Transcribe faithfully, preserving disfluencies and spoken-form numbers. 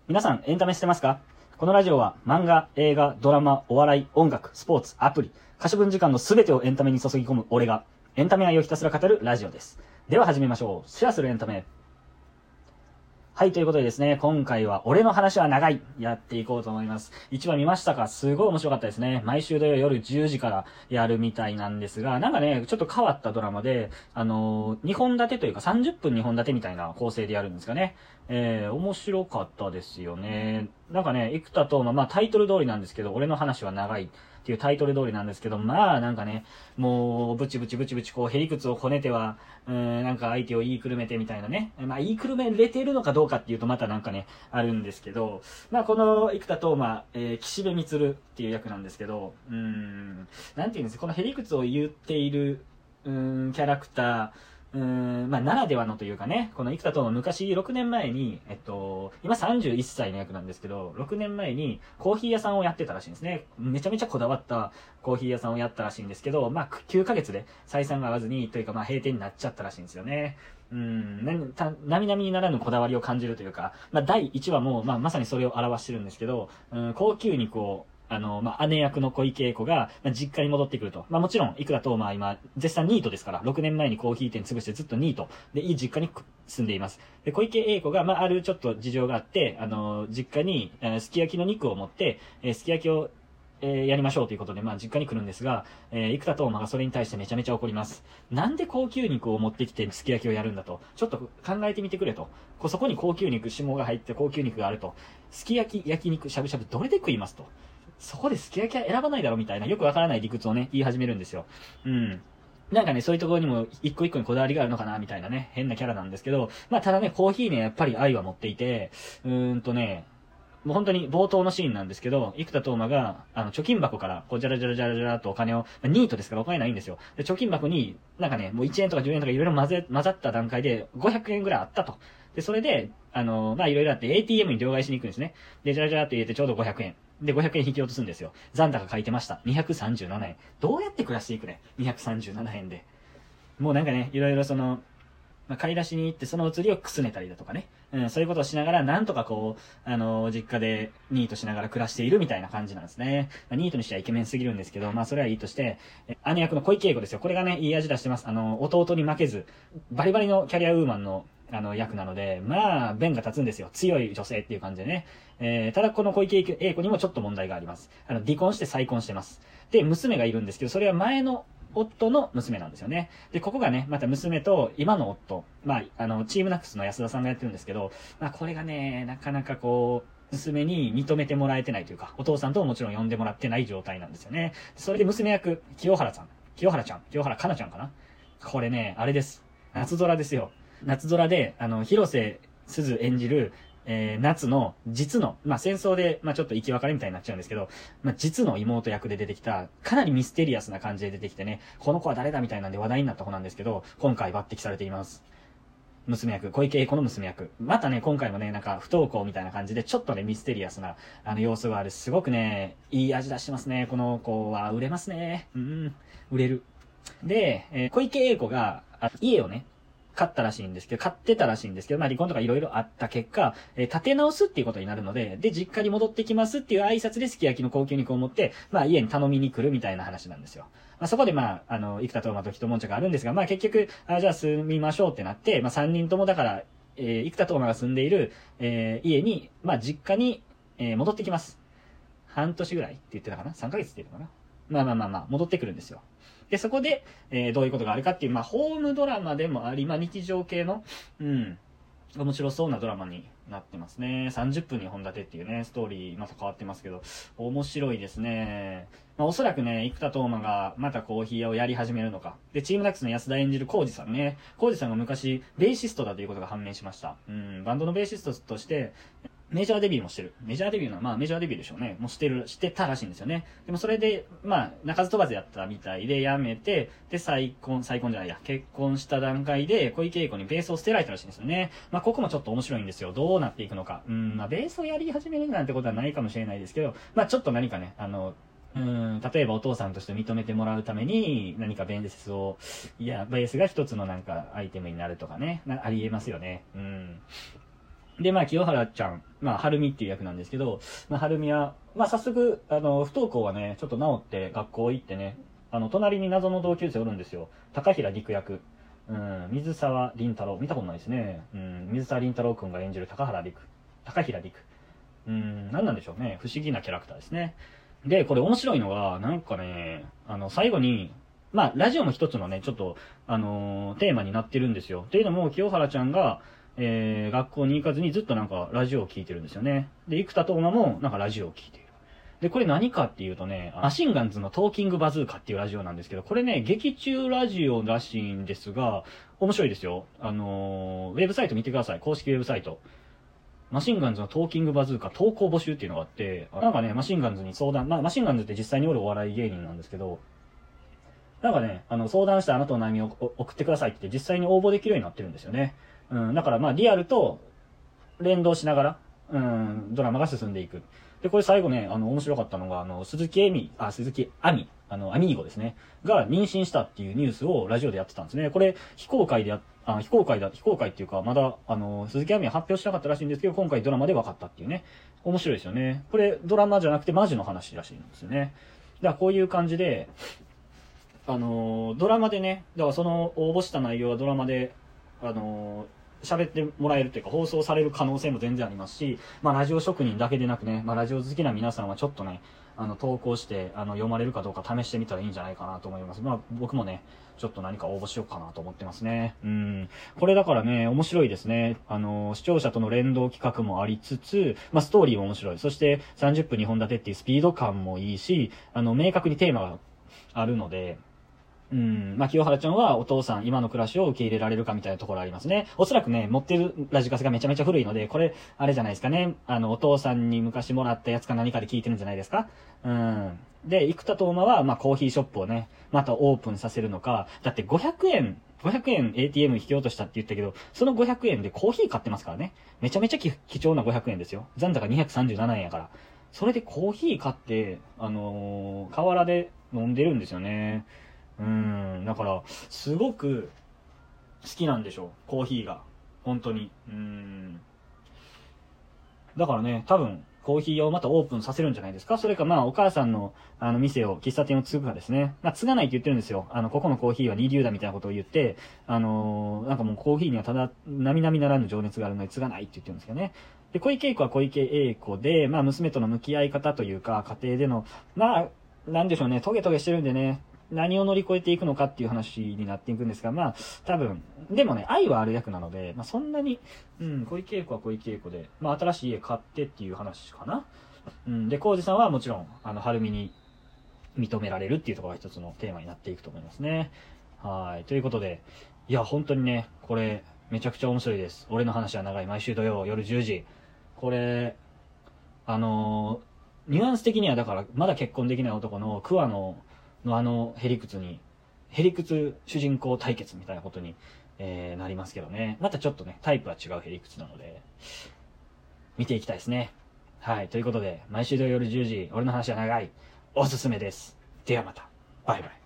皆さんエンタメしてますか？このラジオは漫画、映画、ドラマ、お笑い、音楽、スポーツ、アプリ、可処分時間の全てをエンタメに注ぎ込む俺がエンタメ愛をひたすら語るラジオです。では始めましょう。シェアするエンタメ。はい、ということでですね、今回は俺の話は長いやっていこうと思います。いちわ見ましたか？すごい面白かったですね。毎週土曜夜じゅうじからやるみたいなんですが、なんかね、ちょっと変わったドラマで、あのー、にほん立てというかさんじゅっぷんにほん立てみたいな構成でやるんですかね。えー、面白かったですよね。なんかね、生田斗真、まあタイトル通りなんですけど、俺の話は長いっていうタイトル通りなんですけど、まあなんかね、もう、ブチブチブチブチこう、へりくつをこねては、うーん、なんか相手を言いくるめてみたいなね。まあ言いくるめれてるのかどうかっていうとまたなんかね、あるんですけど、まあこの生田斗真、えー、岸辺光っていう役なんですけど、うーん、なんていうんですか、このへりくつを言っている、うーん、キャラクター、うーん、まあ、ならではのというかね、この生田斗真昔ろくねんまえに、えっと、今さんじゅういっさいの役なんですけど、ろくねんまえにコーヒー屋さんをやってたらしいんですね。めちゃめちゃこだわったコーヒー屋さんをやったらしいんですけど、まあ、きゅうかげつで採算が合わずに、というかまあ、閉店になっちゃったらしいんですよね。うん、な、た、並々にならぬこだわりを感じるというか、まあ、だいいちわも、まあ、まさにそれを表してるんですけど、うん、高級肉を、あの、まあ、姉役の小池栄子が、まあ、実家に戻ってくると。まあ、もちろん、生田斗真は今、絶賛ニートですから、ろくねんまえにコーヒー店潰してずっとニートで、いい実家に住んでいます。で、小池栄子が、まあ、あるちょっと事情があって、あの、実家に、えー、すき焼きの肉を持って、えー、すき焼きを、えー、やりましょうということで、まあ、実家に来るんですが、えー、生田斗真がそれに対してめちゃめちゃ怒ります。なんで高級肉を持ってきてすき焼きをやるんだと。ちょっと考えてみてくれと。こそこに高級肉、霜が入って高級肉があると。すき焼き、焼肉、しゃぶしゃぶ、どれで食いますと。そこですき焼きは選ばないだろみたいな、よくわからない理屈をね、言い始めるんですよ。うん。なんかね、そういうところにも一個一個にこだわりがあるのかなみたいなね、変なキャラなんですけど、まあただね、コーヒーね、やっぱり愛は持っていて、うーんとね、もう本当に冒頭のシーンなんですけど、生田斗真が、あの、貯金箱から、こう、じゃらじゃらじゃらじゃらとお金を、まあ、ニートですからお金ないんですよ。で、貯金箱に、なんかね、もういちえんとかじゅうえんとかいろいろ混ぜ、混ざった段階で、ごひゃくえんぐらいあったと。で、それで、あの、まあ、いろいろあって エーティーエム に両替しに行くんですね。で、じゃらじゃらって入れてちょうどごひゃくえん。で、ごひゃくえん引き落とすんですよ。残高書いてました。にひゃくさんじゅうななえん。どうやって暮らしていくね ?にひゃくさんじゅうななえんで。もうなんかね、いろいろその、まあ、買い出しに行ってその移りをくすねたりだとかね。うん、そういうことをしながら、なんとかこう、あのー、実家でニートしながら暮らしているみたいな感じなんですね。まあ、ニートにしてはイケメンすぎるんですけど、まあそれはいいとして、姉役の小池栄子ですよ。これがね、いい味出してます。あの、弟に負けず、バリバリのキャリアウーマンの、あの、役なので、まあ、弁が立つんですよ。強い女性っていう感じでね。えー、ただこの小池栄子にもちょっと問題があります。あの、離婚して再婚してます。で、娘がいるんですけど、それは前の夫の娘なんですよね。で、ここがね、また娘と今の夫、まあ、あの、チームナックスの安田さんがやってるんですけど、まあ、これがね、なかなかこう、娘に認めてもらえてないというか、お父さんとももちろん呼んでもらってない状態なんですよね。それで娘役、清原さん、清原ちゃん、清原かなちゃんかな。これね、あれです。夏空ですよ。夏空で、あの、広瀬すず演じる、えー、夏の実の、まあ、戦争で、まあ、ちょっと生き別れみたいになっちゃうんですけど、まあ、実の妹役で出てきた、かなりミステリアスな感じで出てきてね、この子は誰だみたいなんで話題になった子なんですけど、今回抜擢されています。娘役、小池栄子の娘役。またね、今回もね、なんか不登校みたいな感じで、ちょっとね、ミステリアスな、あの、様子がある。すごくね、いい味出してますね。この子は、売れますね。うん、売れる。で、えー、小池栄子が、あ家をね、買ったらしいんですけど、買ってたらしいんですけど、まあ離婚とかいろいろあった結果、えー、建て直すっていうことになるので、で、実家に戻ってきますっていう挨拶ですき焼きの高級肉を持って、まあ家に頼みに来るみたいな話なんですよ。まあそこでまあ、あの、生田斗真と一悶着があるんですが、まあ結局、あじゃあ住みましょうってなって、まあ三人ともだから、えー、生田斗真が住んでいる、えー、家に、まあ実家に、えー、戻ってきます。半年ぐらいって言ってたかな ?さん ヶ月って言ってたかなまあまあまあまあ、戻ってくるんですよ。で、そこで、えー、どういうことがあるかっていう、まあ、ホームドラマでもあり、まあ、日常系の、うん、面白そうなドラマになってますね。さんじゅっぷんにほん立てっていうね、ストーリーまた変わってますけど、面白いですね。まあ、おそらくね、生田斗真がまたコーヒー屋をやり始めるのか。で、チームナックスの安田演じるコウジさんね。コウジさんが昔、ベーシストだということが判明しました。うん、バンドのベーシストとして、メジャーデビューもしてる。メジャーデビューのは、まあメジャーデビューでしょうね。もうしてる、してたらしいんですよね。でもそれで、まあ、鳴かず飛ばずやったみたいで、やめて、で、再婚、再婚じゃないや、結婚した段階で、小池栄子にベースを捨てられたらしいんですよね。まあ、ここもちょっと面白いんですよ。どうなっていくのか。うん、まあ、ベースをやり始めるなんてことはないかもしれないですけど、まあ、ちょっと何かね、あの、うん、例えばお父さんとして認めてもらうために、何かベースを、いや、ベースが一つのなんかアイテムになるとかね、ありえますよね。うん。 で、まあ、清原ちゃん、まあ、はるみっていう役なんですけど、まあ、はるみは、まあ、早速、あの、不登校はね、ちょっと治って学校行ってね、あの、隣に謎の同級生おるんですよ。高平陸役。うん、水沢林太郎。見たことないですね。うん、水沢林太郎くんが演じる高原陸。高平陸。うん、なんなんでしょうね。不思議なキャラクターですね。で、これ面白いのが、なんかね、あの、最後に、まあ、ラジオも一つのね、ちょっと、あのーテーマになってるんですよ。っていうのも、清原ちゃんが、えー、学校に行かずにずっとなんかラジオを聞いてるんですよね。で、生田斗真もなんかラジオを聞いている。で、これ何かっていうとね、マシンガンズのトーキングバズーカっていうラジオなんですけど、これね、劇中ラジオらしいんですが、面白いですよ。あのー、ウェブサイト見てください。公式ウェブサイト。マシンガンズのトーキングバズーカ投稿募集っていうのがあって、なんかね、マシンガンズに相談、まあ、マシンガンズって実際におるお笑い芸人なんですけど、なんかね、あの、相談したあなたの悩みを送ってくださいって実際に応募できるようになってるんですよね。うん、だからまあ、リアルと連動しながら、うん、ドラマが進んでいく。で、これ最後ね、あの、面白かったのが、あの、鈴木恵美、あ、鈴木亜美、あの、アミーゴですね、が妊娠したっていうニュースをラジオでやってたんですね。これ、非公開でや、あ、非公開だ、非公開っていうか、まだ、あの、鈴木亜美は発表しなかったらしいんですけど、今回ドラマで分かったっていうね。面白いですよね。これ、ドラマじゃなくてマジの話らしいんですよね。だからこういう感じで、あの、ドラマでね、だからその応募した内容はドラマで、あの、喋ってもらえるというか放送される可能性も全然ありますし、まあラジオ職人だけでなくね、まあラジオ好きな皆さんはちょっとね、あの投稿してあの読まれるかどうか試してみたらいいんじゃないかなと思います。まあ僕もね、ちょっと何か応募しようかなと思ってますね。うん。これだからね、面白いですね。あの、視聴者との連動企画もありつつ、まあストーリーも面白い。そしてさんじゅっぷんにほん立てっていうスピード感もいいし、あの、明確にテーマがあるので、うん。まあ、清原ちゃんはお父さん、今の暮らしを受け入れられるかみたいなところありますね。おそらくね、持ってるラジカセがめちゃめちゃ古いので、これ、あれじゃないですかね。あの、お父さんに昔もらったやつか何かで聞いてるんじゃないですか。うん。で、生田斗真は、まあ、コーヒーショップをね、またオープンさせるのか。だってごひゃくえん、ごひゃくえん エーティーエム 引き落としたって言ったけど、そのごひゃくえんでコーヒー買ってますからね。めちゃめちゃ貴重なごひゃくえんですよ。残高にひゃくさんじゅうななえんやから。それでコーヒー買って、あのー、河原で飲んでるんですよね。うん、だから、すごく好きなんでしょう、コーヒーが。本当に。うん。だからね、多分、コーヒーをまたオープンさせるんじゃないですか。それかまあ、お母さんの、あの、店を、喫茶店を継ぐかですね。まあ、継がないって言ってるんですよ。あの、ここのコーヒーは二流だみたいなことを言って、あのー、なんかもうコーヒーにはただ、並々ならぬ情熱があるので継がないって言ってるんですけどね。で、小池栄子は小池栄子で、まあ、娘との向き合い方というか、家庭での、まあ、なんでしょうね、トゲトゲしてるんでね、何を乗り越えていくのかっていう話になっていくんですが、まあ、多分、でもね、愛はある役なので、まあそんなに、うん、小池栄子は小池栄子で、まあ新しい家買ってっていう話かな。うん、で、浩二さんはもちろん、あの、晴美に認められるっていうところが一つのテーマになっていくと思いますね。はい。ということで、いや、本当にね、これ、めちゃくちゃ面白いです。俺の話は長い。毎週土曜夜じゅうじ。これ、あのー、ニュアンス的にはだから、まだ結婚できない男の桑野のあのへりくつに、へりくつ主人公対決みたいなことに、えー、なりますけどね。またちょっとね、タイプは違うへりくつなので、見ていきたいですね。はい。ということで、毎週土曜夜じゅうじ、俺の話は長い。おすすめです。ではまた。バイバイ。